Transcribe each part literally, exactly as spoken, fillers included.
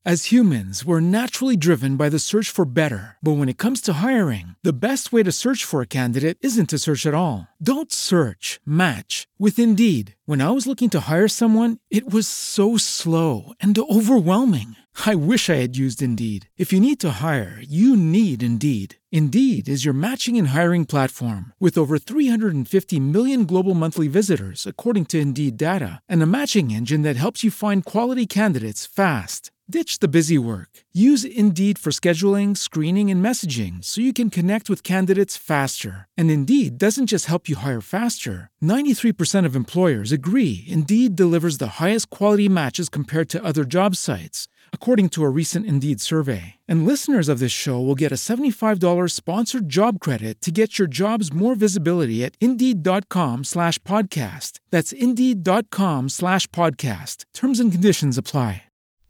As humans, we're naturally driven by the search for better. But when it comes to hiring, the best way to search for a candidate isn't to search at all. Don't search, match with Indeed. When I was looking to hire someone, it was so slow and overwhelming. I wish I had used Indeed. If you need to hire, you need Indeed. Indeed is your matching and hiring platform with over three hundred fifty million global monthly visitors, according to Indeed data, and a matching engine that helps you find quality candidates fast. Ditch the busy work. Use Indeed for scheduling, screening, and messaging so you can connect with candidates faster. And Indeed doesn't just help you hire faster. ninety-three percent of employers agree Indeed delivers the highest quality matches compared to other job sites, according to a recent Indeed survey. And listeners of this show will get a seventy-five dollars sponsored job credit to get your jobs more visibility at Indeed.com slash podcast. That's Indeed.com slash podcast. Terms and conditions apply.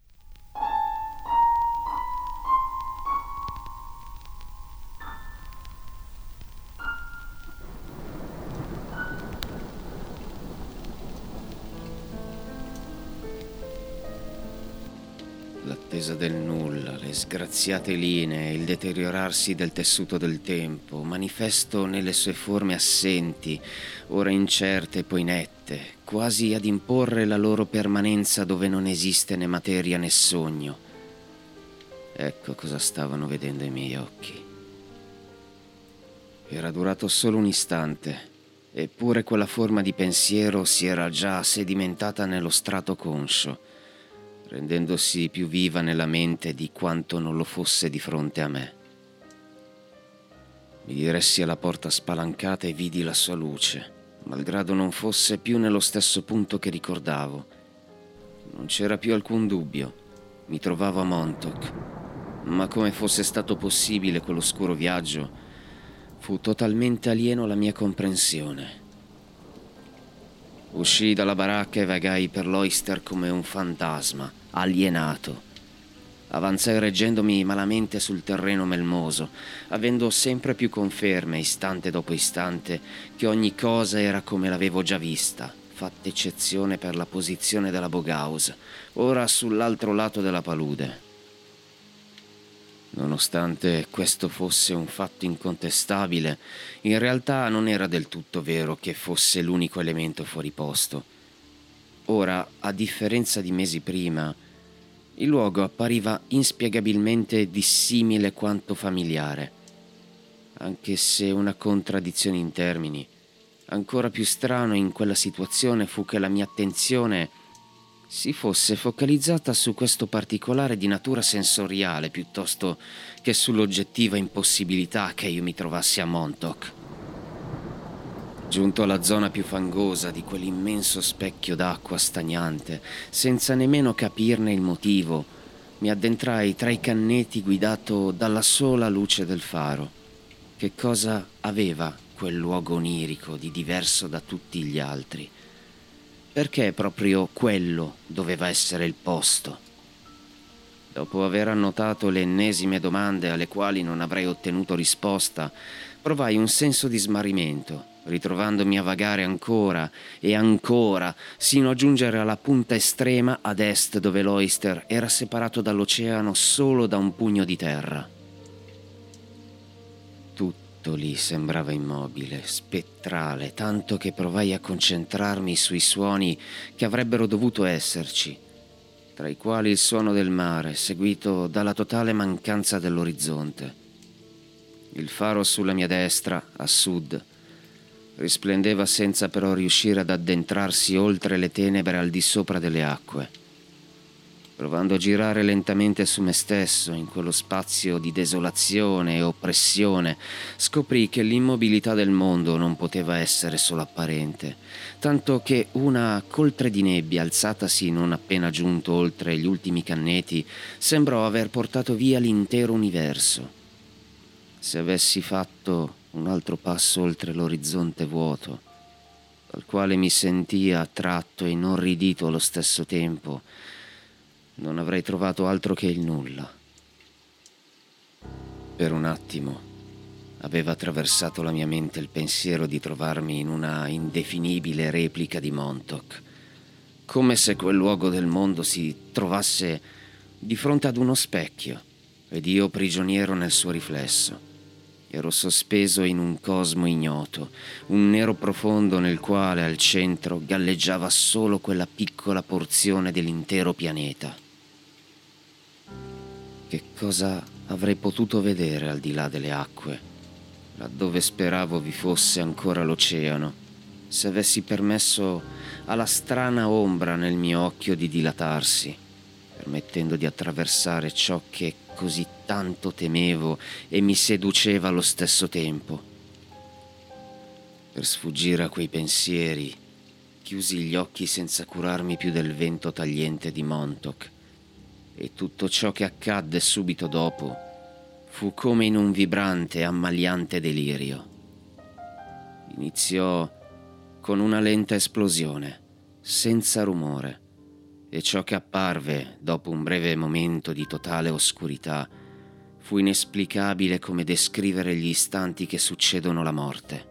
L'attesa del nulla, le sgraziate linee, il deteriorarsi del tessuto del tempo, manifesto nelle sue forme assenti, ora incerte e poi nette, quasi ad imporre la loro permanenza dove non esiste né materia né sogno. Ecco cosa stavano vedendo i miei occhi. Era durato solo un istante, eppure quella forma di pensiero si era già sedimentata nello strato conscio, rendendosi più viva nella mente di quanto non lo fosse di fronte a me. Mi diressi alla porta spalancata e vidi la sua luce, malgrado non fosse più nello stesso punto che ricordavo. Non c'era più alcun dubbio, mi trovavo a Montauk, ma come fosse stato possibile quell'oscuro viaggio fu totalmente alieno alla mia comprensione. Uscii dalla baracca e vagai per l'Oyster come un fantasma, alienato. Avanzai reggendomi malamente sul terreno melmoso, avendo sempre più conferme, istante dopo istante, che ogni cosa era come l'avevo già vista, fatta eccezione per la posizione della boathouse, ora sull'altro lato della palude. Nonostante questo fosse un fatto incontestabile, in realtà non era del tutto vero che fosse l'unico elemento fuori posto. Ora, a differenza di mesi prima, il luogo appariva inspiegabilmente dissimile quanto familiare, anche se una contraddizione in termini. Ancora più strano in quella situazione fu che la mia attenzione si fosse focalizzata su questo particolare di natura sensoriale piuttosto che sull'oggettiva impossibilità che io mi trovassi a Montauk. Giunto alla zona più fangosa di quell'immenso specchio d'acqua stagnante, senza nemmeno capirne il motivo, mi addentrai tra i canneti guidato dalla sola luce del faro. Che cosa aveva quel luogo onirico di diverso da tutti gli altri? Perché proprio quello doveva essere il posto? Dopo aver annotato le ennesime domande alle quali non avrei ottenuto risposta, provai un senso di smarrimento, ritrovandomi a vagare ancora e ancora, sino a giungere alla punta estrema ad est dove l'Oyster era separato dall'oceano solo da un pugno di terra. Tutto lì sembrava immobile, spettrale, tanto che provai a concentrarmi sui suoni che avrebbero dovuto esserci, tra i quali il suono del mare, seguito dalla totale mancanza dell'orizzonte. Il faro sulla mia destra, a sud, risplendeva senza però riuscire ad addentrarsi oltre le tenebre al di sopra delle acque. Provando a girare lentamente su me stesso in quello spazio di desolazione e oppressione, scoprì che l'immobilità del mondo non poteva essere solo apparente, tanto che una coltre di nebbia alzatasi non appena giunto oltre gli ultimi canneti sembrò aver portato via l'intero universo. Se avessi fatto un altro passo oltre l'orizzonte vuoto, dal quale mi sentii attratto e inorridito allo stesso tempo, non avrei trovato altro che il nulla. Per un attimo aveva attraversato la mia mente il pensiero di trovarmi in una indefinibile replica di Montauk, come se quel luogo del mondo si trovasse di fronte ad uno specchio, ed io prigioniero nel suo riflesso. Ero sospeso in un cosmo ignoto, un nero profondo nel quale al centro galleggiava solo quella piccola porzione dell'intero pianeta. Che cosa avrei potuto vedere al di là delle acque, laddove speravo vi fosse ancora l'oceano, se avessi permesso alla strana ombra nel mio occhio di dilatarsi, permettendo di attraversare ciò che così tanto temevo e mi seduceva allo stesso tempo. Per sfuggire a quei pensieri, chiusi gli occhi senza curarmi più del vento tagliente di Montauk, e tutto ciò che accadde subito dopo fu come in un vibrante e ammaliante delirio. Iniziò con una lenta esplosione, senza rumore, e ciò che apparve dopo un breve momento di totale oscurità fu inesplicabile come descrivere gli istanti che succedono alla morte.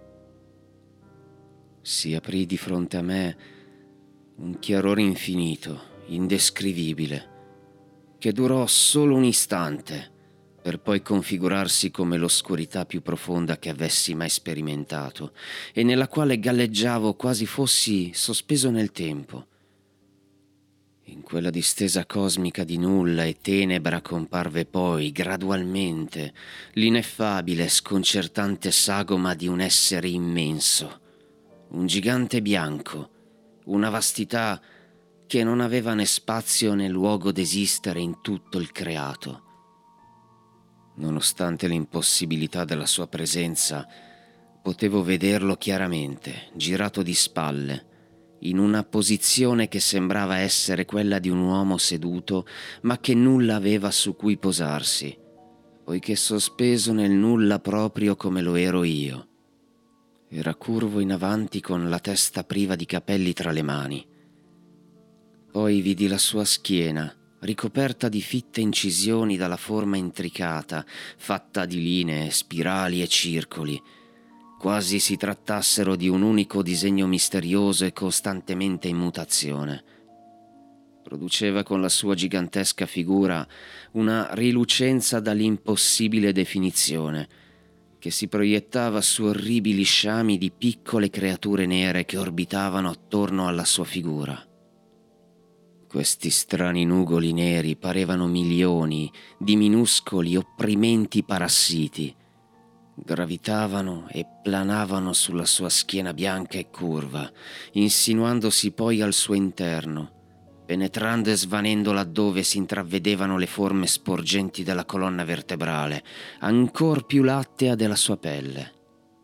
Si aprì di fronte a me un chiarore infinito, indescrivibile, che durò solo un istante, per poi configurarsi come l'oscurità più profonda che avessi mai sperimentato, e nella quale galleggiavo quasi fossi sospeso nel tempo. In quella distesa cosmica di nulla e tenebra comparve poi, gradualmente, l'ineffabile e sconcertante sagoma di un essere immenso, un gigante bianco, una vastità che non aveva né spazio né luogo d'esistere in tutto il creato. Nonostante l'impossibilità della sua presenza, potevo vederlo chiaramente, girato di spalle, in una posizione che sembrava essere quella di un uomo seduto, ma che nulla aveva su cui posarsi, poiché sospeso nel nulla proprio come lo ero io. Era curvo in avanti con la testa priva di capelli tra le mani. Poi vidi la sua schiena, ricoperta di fitte incisioni dalla forma intricata, fatta di linee, spirali e circoli, quasi si trattassero di un unico disegno misterioso e costantemente in mutazione. Produceva con la sua gigantesca figura una rilucenza dall'impossibile definizione, che si proiettava su orribili sciami di piccole creature nere che orbitavano attorno alla sua figura. Questi strani nugoli neri parevano milioni di minuscoli opprimenti parassiti. Gravitavano e planavano sulla sua schiena bianca e curva, insinuandosi poi al suo interno, penetrando e svanendo laddove si intravedevano le forme sporgenti della colonna vertebrale, ancor più lattea della sua pelle.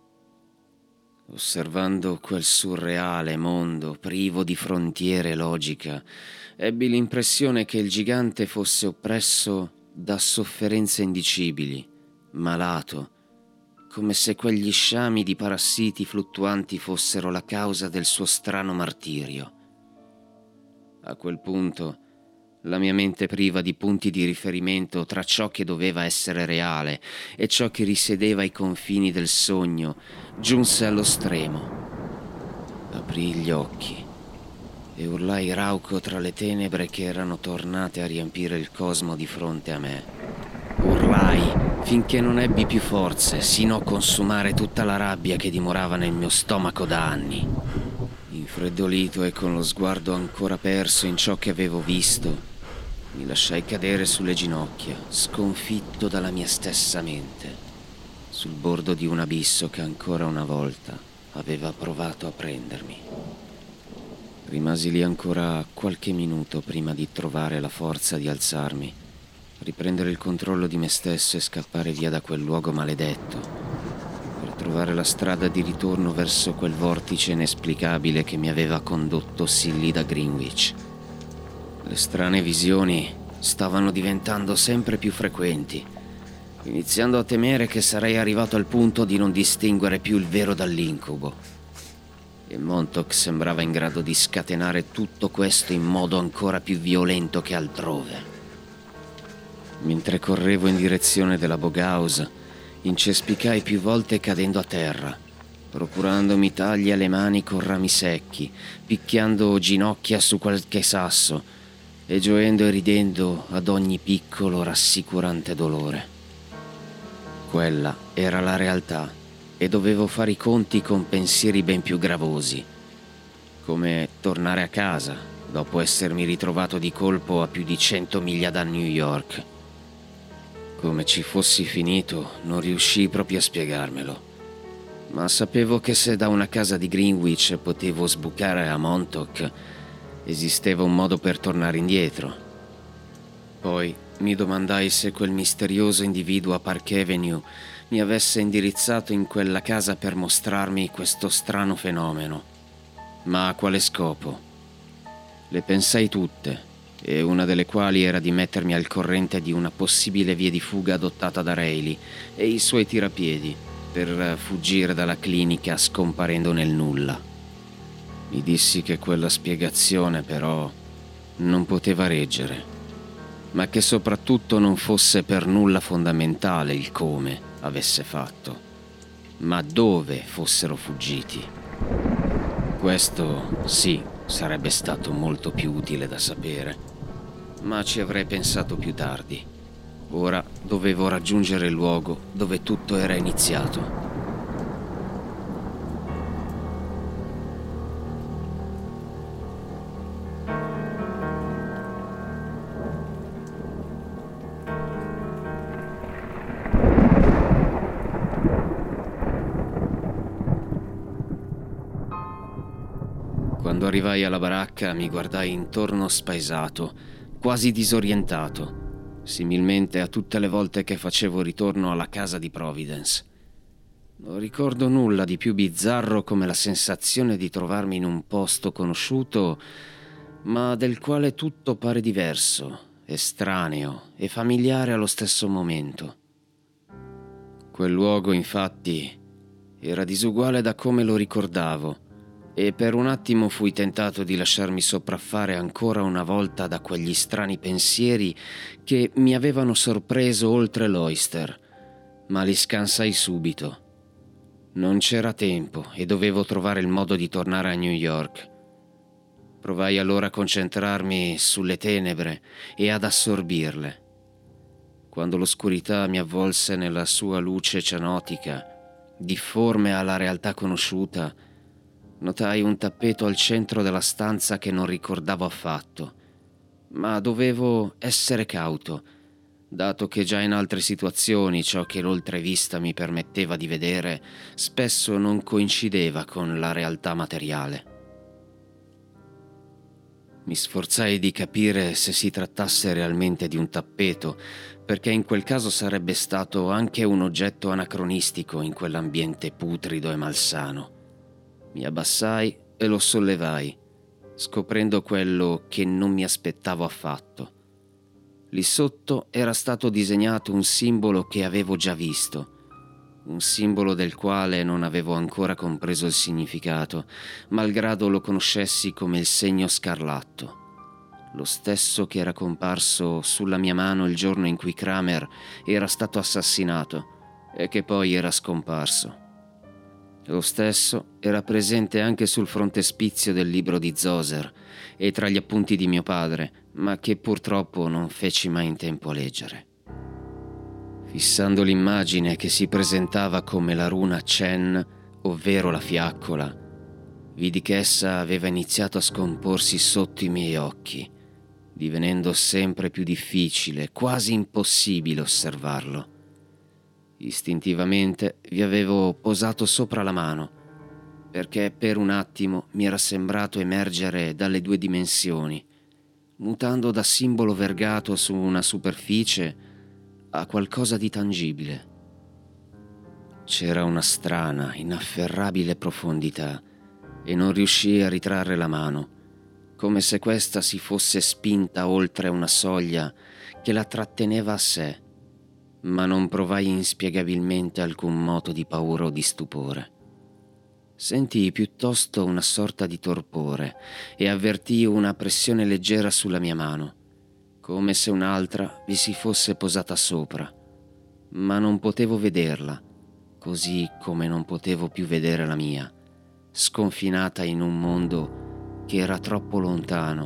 Osservando quel surreale mondo privo di frontiere e logica, ebbi l'impressione che il gigante fosse oppresso da sofferenze indicibili, malato, come se quegli sciami di parassiti fluttuanti fossero la causa del suo strano martirio. A quel punto, la mia mente priva di punti di riferimento tra ciò che doveva essere reale e ciò che risiedeva ai confini del sogno, giunse allo stremo. Aprii gli occhi e urlai rauco tra le tenebre che erano tornate a riempire il cosmo di fronte a me. Urlai finché non ebbi più forze, sino a consumare tutta la rabbia che dimorava nel mio stomaco da anni. Infreddolito e con lo sguardo ancora perso in ciò che avevo visto, mi lasciai cadere sulle ginocchia, sconfitto dalla mia stessa mente, sul bordo di un abisso che ancora una volta aveva provato a prendermi. Rimasi lì ancora qualche minuto prima di trovare la forza di alzarmi, riprendere il controllo di me stesso e scappare via da quel luogo maledetto, per trovare la strada di ritorno verso quel vortice inesplicabile che mi aveva condotto sin lì da Greenwich. Le strane visioni stavano diventando sempre più frequenti, iniziando a temere che sarei arrivato al punto di non distinguere più il vero dall'incubo. E Montauk sembrava in grado di scatenare tutto questo in modo ancora più violento che altrove. Mentre correvo in direzione della Boghouse, incespicai più volte cadendo a terra, procurandomi tagli alle mani con rami secchi, picchiando ginocchia su qualche sasso, e gioendo e ridendo ad ogni piccolo rassicurante dolore. Quella era la realtà e dovevo fare i conti con pensieri ben più gravosi, come tornare a casa dopo essermi ritrovato di colpo a più di cento miglia da New York. Come ci fossi finito non riuscii proprio a spiegarmelo, ma sapevo che se da una casa di Greenwich potevo sbucare a Montauk, esisteva un modo per tornare indietro. Poi mi domandai se quel misterioso individuo a Park Avenue mi avesse indirizzato in quella casa per mostrarmi questo strano fenomeno. Ma a quale scopo? Le pensai tutte, e una delle quali era di mettermi al corrente di una possibile via di fuga adottata da Reilly e i suoi tirapiedi per fuggire dalla clinica scomparendo nel nulla. Mi dissi che quella spiegazione però non poteva reggere, ma che soprattutto non fosse per nulla fondamentale il come avesse fatto, ma dove fossero fuggiti. Questo, sì, sarebbe stato molto più utile da sapere, ma ci avrei pensato più tardi. Ora dovevo raggiungere il luogo dove tutto era iniziato. Quando arrivai alla baracca mi guardai intorno spaesato, quasi disorientato, similmente a tutte le volte che facevo ritorno alla casa di Providence. Non ricordo nulla di più bizzarro come la sensazione di trovarmi in un posto conosciuto, ma del quale tutto pare diverso, estraneo e familiare allo stesso momento. Quel luogo, infatti, era disuguale da come lo ricordavo, e per un attimo fui tentato di lasciarmi sopraffare ancora una volta da quegli strani pensieri che mi avevano sorpreso oltre l'Oyster, ma li scansai subito. Non c'era tempo e dovevo trovare il modo di tornare a New York. Provai allora a concentrarmi sulle tenebre e ad assorbirle. Quando l'oscurità mi avvolse nella sua luce cianotica, difforme alla realtà conosciuta, notai un tappeto al centro della stanza che non ricordavo affatto, ma dovevo essere cauto, dato che già in altre situazioni ciò che l'oltrevista mi permetteva di vedere spesso non coincideva con la realtà materiale. Mi sforzai di capire se si trattasse realmente di un tappeto, perché in quel caso sarebbe stato anche un oggetto anacronistico in quell'ambiente putrido e malsano. Mi abbassai e lo sollevai, scoprendo quello che non mi aspettavo affatto. Lì sotto era stato disegnato un simbolo che avevo già visto, un simbolo del quale non avevo ancora compreso il significato, malgrado lo conoscessi come il segno scarlatto, lo stesso che era comparso sulla mia mano il giorno in cui Kramer era stato assassinato e che poi era scomparso. Lo stesso era presente anche sul frontespizio del libro di Zoser e tra gli appunti di mio padre, ma che purtroppo non feci mai in tempo a leggere. Fissando l'immagine che si presentava come la runa Chen, ovvero la fiaccola, vidi che essa aveva iniziato a scomporsi sotto i miei occhi, divenendo sempre più difficile, quasi impossibile osservarlo. Istintivamente vi avevo posato sopra la mano, perché per un attimo mi era sembrato emergere dalle due dimensioni, mutando da simbolo vergato su una superficie a qualcosa di tangibile. C'era una strana, inafferrabile profondità e non riuscii a ritrarre la mano, come se questa si fosse spinta oltre una soglia che la tratteneva a sé, ma non provai inspiegabilmente alcun moto di paura o di stupore. Sentii piuttosto una sorta di torpore e avvertii una pressione leggera sulla mia mano, come se un'altra vi si fosse posata sopra, ma non potevo vederla, così come non potevo più vedere la mia, sconfinata in un mondo che era troppo lontano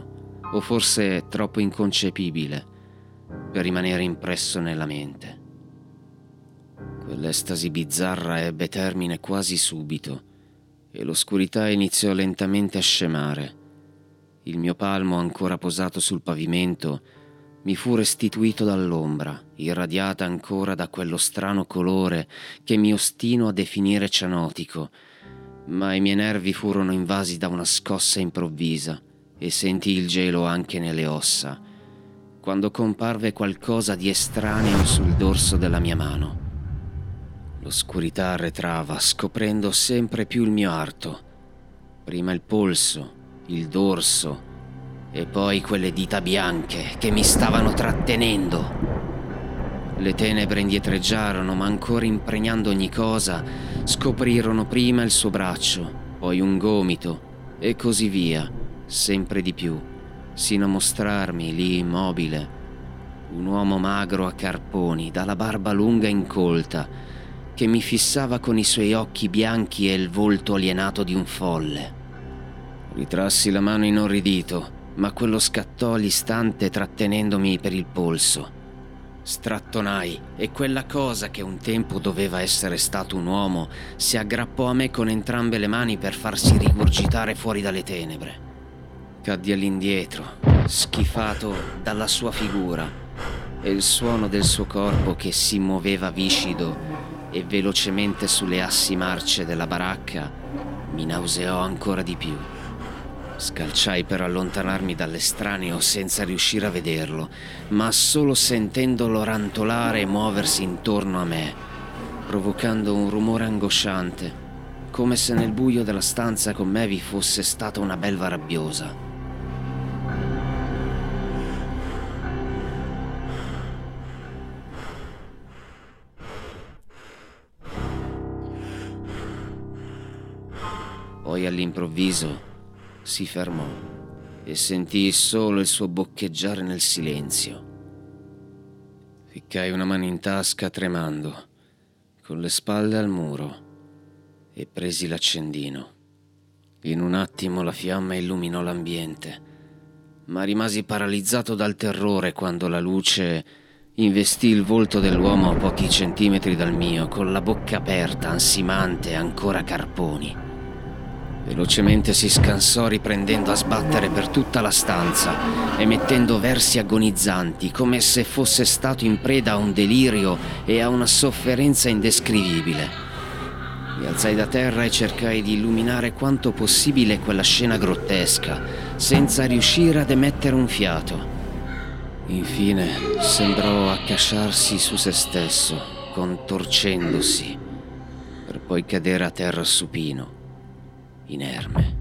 o forse troppo inconcepibile per rimanere impresso nella mente. Quell'estasi bizzarra ebbe termine quasi subito e l'oscurità iniziò lentamente a scemare. Il mio palmo, ancora posato sul pavimento, mi fu restituito dall'ombra, irradiata ancora da quello strano colore che mi ostino a definire cianotico, ma i miei nervi furono invasi da una scossa improvvisa e sentii il gelo anche nelle ossa, quando comparve qualcosa di estraneo sul dorso della mia mano. L'oscurità arretrava, scoprendo sempre più il mio arto. Prima il polso, il dorso e poi quelle dita bianche che mi stavano trattenendo. Le tenebre indietreggiarono, ma ancora impregnando ogni cosa, scoprirono prima il suo braccio, poi un gomito e così via, sempre di più, sino a mostrarmi lì immobile, un uomo magro a carponi, dalla barba lunga e incolta, che mi fissava con i suoi occhi bianchi e il volto alienato di un folle. Ritrassi la mano inorridito, ma quello scattò all'istante trattenendomi per il polso. Strattonai e quella cosa che un tempo doveva essere stato un uomo si aggrappò a me con entrambe le mani per farsi rigurgitare fuori dalle tenebre. Caddi all'indietro, schifato dalla sua figura e il suono del suo corpo che si muoveva viscido e velocemente sulle assi marce della baracca mi nauseò ancora di più. Scalciai per allontanarmi dall'estraneo senza riuscire a vederlo, ma solo sentendolo rantolare e muoversi intorno a me, provocando un rumore angosciante, come se nel buio della stanza con me vi fosse stata una belva rabbiosa. Poi all'improvviso si fermò e sentii solo il suo boccheggiare nel silenzio. Ficcai una mano in tasca tremando, con le spalle al muro, e presi l'accendino. In un attimo la fiamma illuminò l'ambiente, ma rimasi paralizzato dal terrore quando la luce investì il volto dell'uomo a pochi centimetri dal mio, con la bocca aperta, ansimante e ancora a carponi. Velocemente si scansò, riprendendo a sbattere per tutta la stanza, emettendo versi agonizzanti, come se fosse stato in preda a un delirio e a una sofferenza indescrivibile. Mi alzai da terra e cercai di illuminare quanto possibile quella scena grottesca, senza riuscire ad emettere un fiato. Infine sembrò accasciarsi su se stesso, contorcendosi, per poi cadere a terra supino, inerme.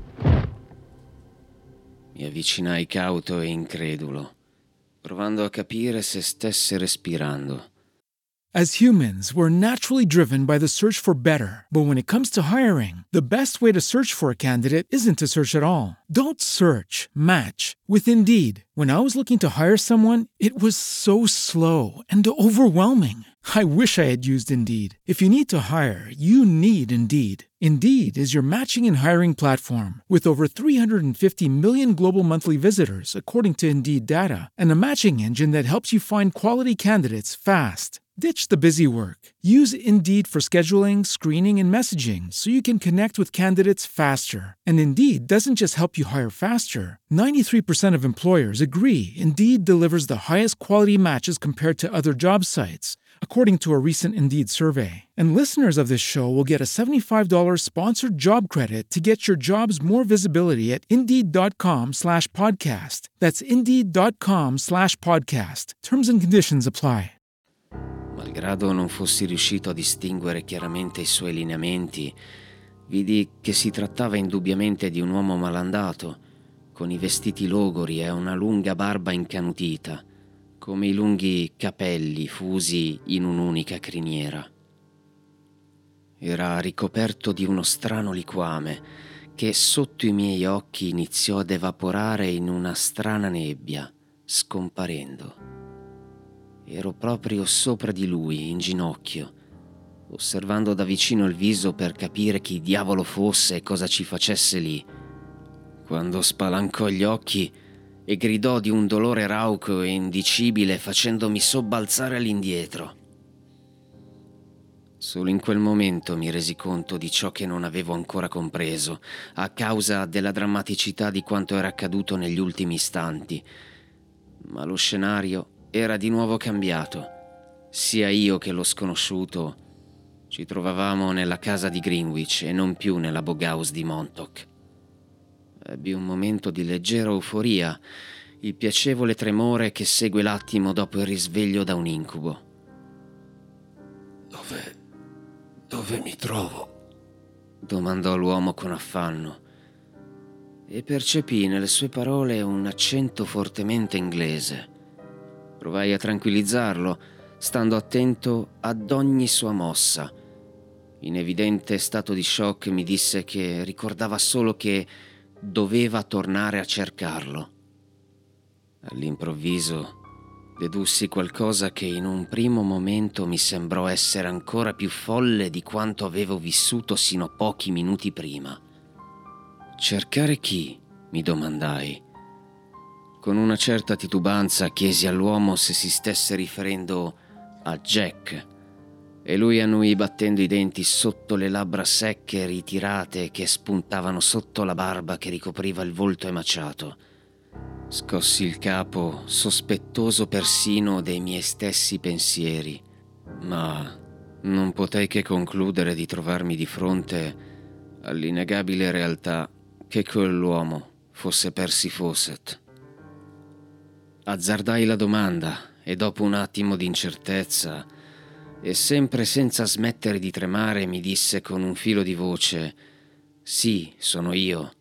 Mi avvicinai cauto e incredulo, provando a capire se stesse respirando. As humans, we're naturally driven by the search for better. But when it comes to hiring, the best way to search for a candidate isn't to search at all. Don't search, match with Indeed. When I was looking to hire someone, it was so slow and overwhelming. I wish I had used Indeed. If you need to hire, you need Indeed. Indeed is your matching and hiring platform with over three hundred fifty million global monthly visitors, according to Indeed data, and a matching engine that helps you find quality candidates fast. Ditch the busy work. Use Indeed for scheduling, screening, and messaging so you can connect with candidates faster. And Indeed doesn't just help you hire faster. ninety-three percent of employers agree Indeed delivers the highest quality matches compared to other job sites, according to a recent Indeed survey. And listeners of this show will get a seventy-five dollars sponsored job credit to get your jobs more visibility at Indeed.com slash podcast. That's Indeed.com slash podcast. Terms and conditions apply. Malgrado non fossi riuscito a distinguere chiaramente i suoi lineamenti, vidi che si trattava indubbiamente di un uomo malandato, con i vestiti logori e una lunga barba incanutita, come i lunghi capelli fusi in un'unica criniera. Era ricoperto di uno strano liquame che sotto i miei occhi iniziò ad evaporare in una strana nebbia, scomparendo. Ero proprio sopra di lui, in ginocchio, osservando da vicino il viso per capire chi diavolo fosse e cosa ci facesse lì, quando spalancò gli occhi e gridò di un dolore rauco e indicibile facendomi sobbalzare all'indietro. Solo in quel momento mi resi conto di ciò che non avevo ancora compreso, a causa della drammaticità di quanto era accaduto negli ultimi istanti. Ma lo scenario era di nuovo cambiato. Sia io che lo sconosciuto ci trovavamo nella casa di Greenwich e non più nella boathouse di Montauk. Ebbi un momento di leggera euforia, il piacevole tremore che segue l'attimo dopo il risveglio da un incubo. Dove... dove mi trovo? Domandò l'uomo con affanno, e percepì nelle sue parole un accento fortemente inglese. Provai a tranquillizzarlo, stando attento ad ogni sua mossa. In evidente stato di shock mi disse che ricordava solo che doveva tornare a cercarlo. All'improvviso dedussi qualcosa che in un primo momento mi sembrò essere ancora più folle di quanto avevo vissuto sino a pochi minuti prima. Cercare chi? Mi domandai. Con una certa titubanza chiesi all'uomo se si stesse riferendo a Jack, e lui annui battendo i denti sotto le labbra secche e ritirate che spuntavano sotto la barba che ricopriva il volto emaciato. Scossi il capo, sospettoso persino dei miei stessi pensieri, ma non potei che concludere di trovarmi di fronte all'innegabile realtà che quell'uomo fosse Percy Fawcett. Azzardai la domanda e dopo un attimo di incertezza, e sempre senza smettere di tremare, mi disse con un filo di voce: «Sì, sono io».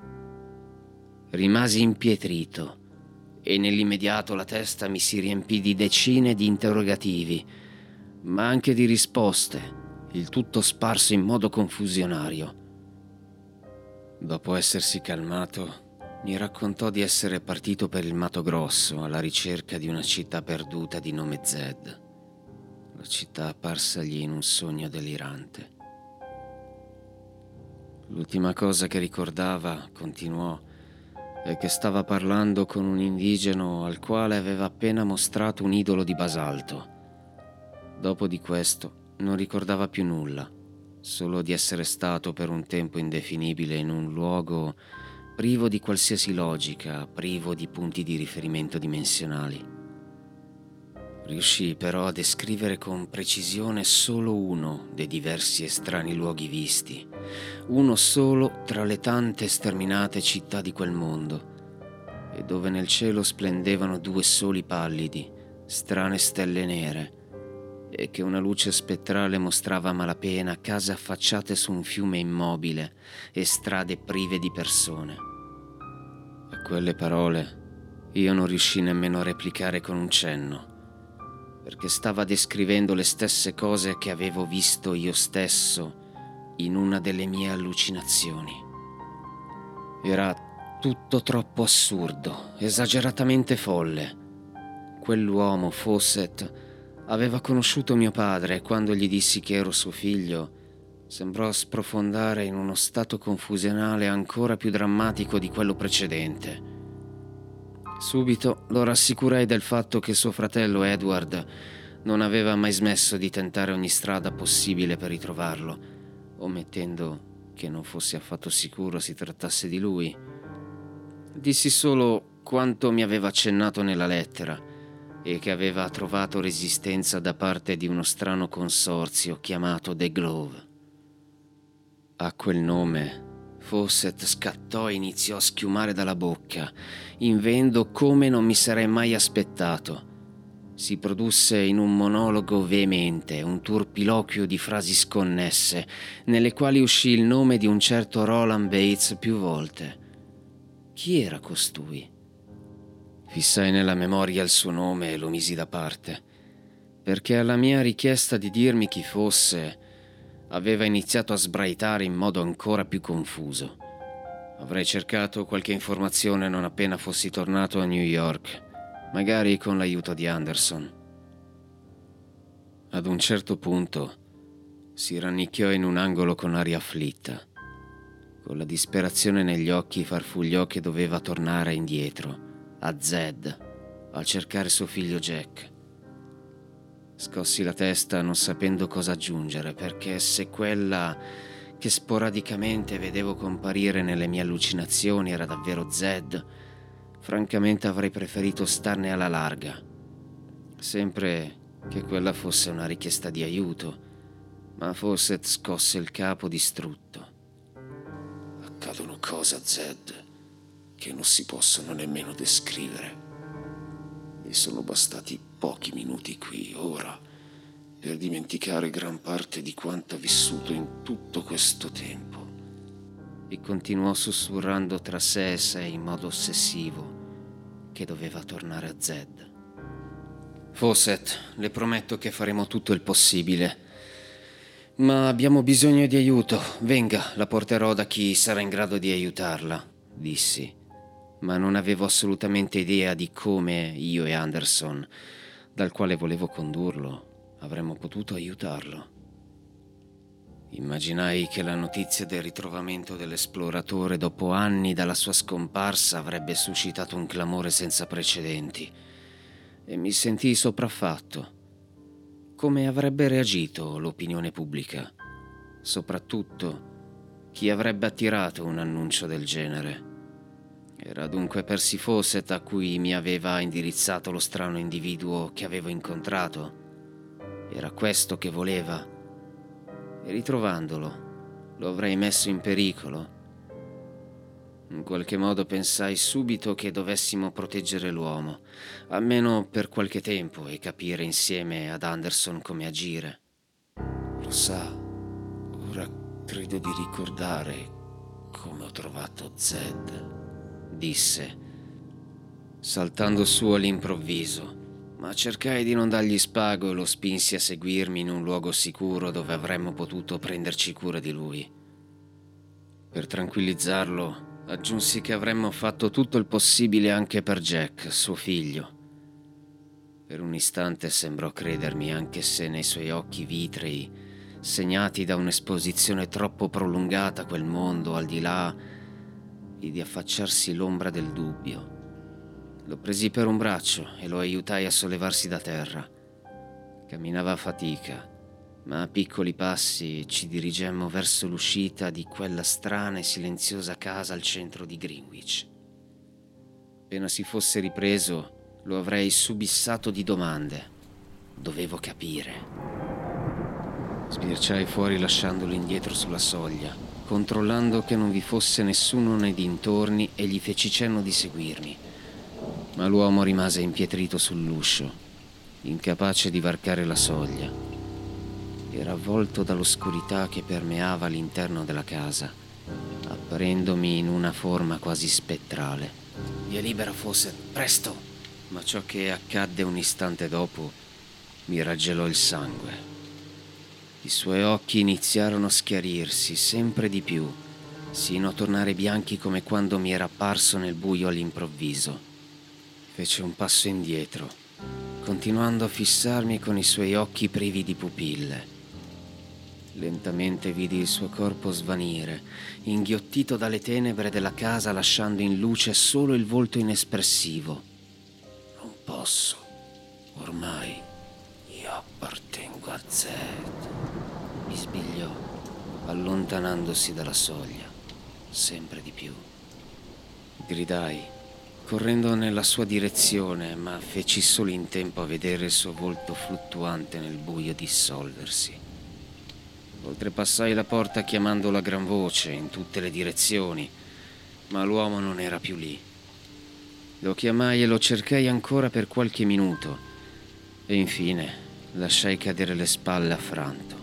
Rimasi impietrito e nell'immediato la testa mi si riempì di decine di interrogativi, ma anche di risposte, il tutto sparso in modo confusionario. Dopo essersi calmato, mi raccontò di essere partito per il Mato Grosso alla ricerca di una città perduta di nome Zed. La città apparsagli in un sogno delirante. L'ultima cosa che ricordava, continuò, è che stava parlando con un indigeno al quale aveva appena mostrato un idolo di basalto. Dopo di questo non ricordava più nulla, solo di essere stato per un tempo indefinibile in un luogo privo di qualsiasi logica, privo di punti di riferimento dimensionali. Riuscì però a descrivere con precisione solo uno dei diversi e strani luoghi visti, uno solo tra le tante sterminate città di quel mondo, e dove nel cielo splendevano due soli pallidi, strane stelle nere, e che una luce spettrale mostrava a malapena case affacciate su un fiume immobile e strade prive di persone. A quelle parole io non riuscii nemmeno a replicare con un cenno, perché stava descrivendo le stesse cose che avevo visto io stesso in una delle mie allucinazioni. Era tutto troppo assurdo, esageratamente folle. Quell'uomo, Fawcett, aveva conosciuto mio padre e quando gli dissi che ero suo figlio, sembrò sprofondare in uno stato confusionale ancora più drammatico di quello precedente. Subito lo rassicurai del fatto che suo fratello Edward non aveva mai smesso di tentare ogni strada possibile per ritrovarlo, omettendo che non fossi affatto sicuro si trattasse di lui. Dissi solo quanto mi aveva accennato nella lettera e che aveva trovato resistenza da parte di uno strano consorzio chiamato The Glove. A quel nome Fawcett scattò e iniziò a schiumare dalla bocca, invendo come non mi sarei mai aspettato. Si produsse in un monologo veemente, un turpiloquio di frasi sconnesse, nelle quali uscì il nome di un certo Roland Bates più volte. Chi era costui? Fissai nella memoria il suo nome e lo misi da parte, perché alla mia richiesta di dirmi chi fosse, aveva iniziato a sbraitare in modo ancora più confuso. Avrei cercato qualche informazione non appena fossi tornato a New York, magari con l'aiuto di Anderson. Ad un certo punto si rannicchiò in un angolo con aria afflitta. Con la disperazione negli occhi farfugliò che doveva tornare indietro, a Zed, al cercare suo figlio Jack. Scossi la testa non sapendo cosa aggiungere, perché se quella che sporadicamente vedevo comparire nelle mie allucinazioni era davvero Zed, francamente avrei preferito starne alla larga, sempre che quella fosse una richiesta di aiuto, ma Fawcett scosse il capo distrutto. Accadono cose a Zed che non si possono nemmeno descrivere. Mi sono bastati pochi minuti qui, ora, per dimenticare gran parte di quanto ho vissuto in tutto questo tempo. E continuò sussurrando tra sé e sé in modo ossessivo che doveva tornare a Zed. Fawcett, le prometto che faremo tutto il possibile, ma abbiamo bisogno di aiuto. Venga, la porterò da chi sarà in grado di aiutarla, dissi, ma non avevo assolutamente idea di come io e Anderson, dal quale volevo condurlo, avremmo potuto aiutarlo. Immaginai che la notizia del ritrovamento dell'esploratore dopo anni dalla sua scomparsa avrebbe suscitato un clamore senza precedenti e mi sentii sopraffatto. Come avrebbe reagito l'opinione pubblica? Soprattutto, chi avrebbe attirato un annuncio del genere? Era dunque Percy Fawcett a cui mi aveva indirizzato lo strano individuo che avevo incontrato? Era questo che voleva? E ritrovandolo, lo avrei messo in pericolo? In qualche modo pensai subito che dovessimo proteggere l'uomo, almeno per qualche tempo, e capire insieme ad Anderson come agire. Lo sa, ora credo di ricordare come ho trovato Zed, disse, saltando su all'improvviso. Ma cercai di non dargli spago e lo spinsi a seguirmi in un luogo sicuro dove avremmo potuto prenderci cura di lui. Per tranquillizzarlo, aggiunsi che avremmo fatto tutto il possibile anche per Jack, suo figlio. Per un istante sembrò credermi, anche se nei suoi occhi vitrei, segnati da un'esposizione troppo prolungata a quel mondo al di là, vidi affacciarsi l'ombra del dubbio. Lo presi per un braccio e lo aiutai a sollevarsi da terra. Camminava a fatica, ma a piccoli passi ci dirigemmo verso l'uscita di quella strana e silenziosa casa al centro di Greenwich. Appena si fosse ripreso, lo avrei subissato di domande. Dovevo capire. Sbirciai fuori lasciandolo indietro sulla soglia, controllando che non vi fosse nessuno nei dintorni, e gli feci cenno di seguirmi. Ma l'uomo rimase impietrito sull'uscio, incapace di varcare la soglia. Era avvolto dall'oscurità che permeava l'interno della casa, apparendomi in una forma quasi spettrale. Via libera, Fawcett, presto! Ma ciò che accadde un istante dopo mi raggelò il sangue. I suoi occhi iniziarono a schiarirsi sempre di più, sino a tornare bianchi come quando mi era apparso nel buio all'improvviso. Fece un passo indietro, continuando a fissarmi con i suoi occhi privi di pupille. Lentamente vidi il suo corpo svanire, inghiottito dalle tenebre della casa, lasciando in luce solo il volto inespressivo. Non posso, ormai io appartengo a Zed, bisbigliò, allontanandosi dalla soglia, sempre di più. Gridai, correndo nella sua direzione, ma feci solo in tempo a vedere il suo volto fluttuante nel buio dissolversi. Oltrepassai la porta chiamandolo a gran voce in tutte le direzioni, ma l'uomo non era più lì. Lo chiamai e lo cercai ancora per qualche minuto, e infine lasciai cadere le spalle affranto.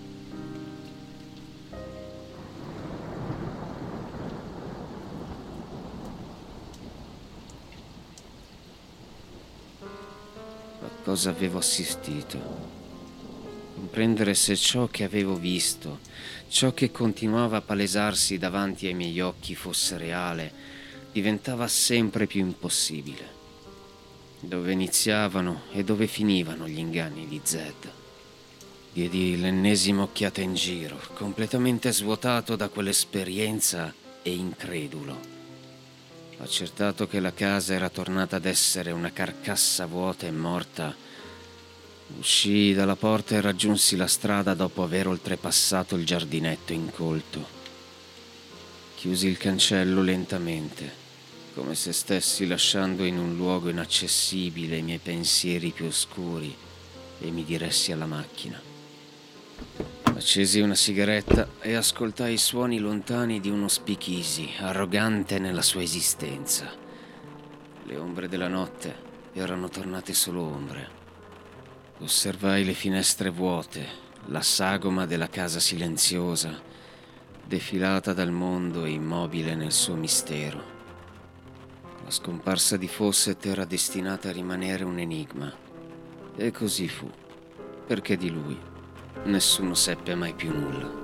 Cosa avevo assistito? Comprendere se ciò che avevo visto, ciò che continuava a palesarsi davanti ai miei occhi fosse reale, diventava sempre più impossibile. Dove iniziavano e dove finivano gli inganni di Zed? Diedi l'ennesima occhiata in giro, completamente svuotato da quell'esperienza e incredulo. Accertato che la casa era tornata ad essere una carcassa vuota e morta, uscii dalla porta e raggiunsi la strada dopo aver oltrepassato il giardinetto incolto. Chiusi il cancello lentamente, come se stessi lasciando in un luogo inaccessibile i miei pensieri più oscuri, e mi diressi alla macchina. Accesi una sigaretta e ascoltai i suoni lontani di uno speakeasy, arrogante nella sua esistenza. Le ombre della notte erano tornate solo ombre. Osservai le finestre vuote, la sagoma della casa silenziosa, defilata dal mondo e immobile nel suo mistero. La scomparsa di Fawcett era destinata a rimanere un enigma, e così fu, perché di lui nessuno seppe mai più nulla.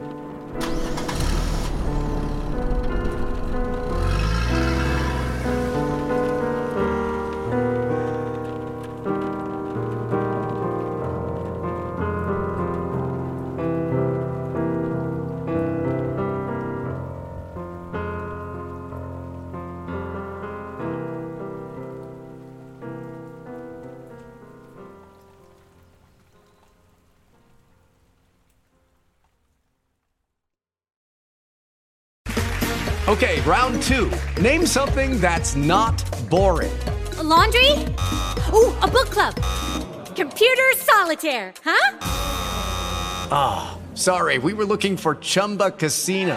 Okay, round two. Name something that's not boring. A laundry? Ooh, a book club. Computer solitaire, huh? Ah, oh, sorry, we were looking for Chumba Casino.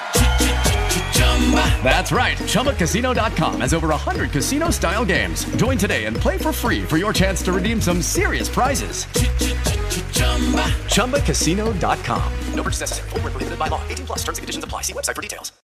That's right, Chumba Casino dot com has over one hundred casino-style games. Join today and play for free for your chance to redeem some serious prizes. Chumba Casino dot com. No purchase necessary. Void where prohibited by law. eighteen plus terms and conditions apply. See website for details.